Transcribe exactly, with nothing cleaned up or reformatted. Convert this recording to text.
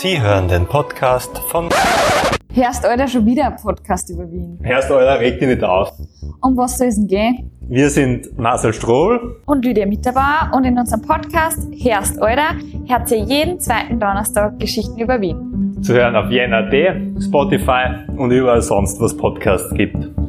Sie hören den Podcast von Hörst Alter schon wieder ein Podcast über Wien? Hörst Alter, reg dich nicht auf. Um was soll es denn gehen? Wir sind Marcel Strohl Und Lydia Mitterbauer und in unserem Podcast Hörst Alter hört ihr jeden zweiten Donnerstag Geschichten über Wien. zu hören auf Jena punkt at, Spotify und überall sonst, wo es Podcasts gibt.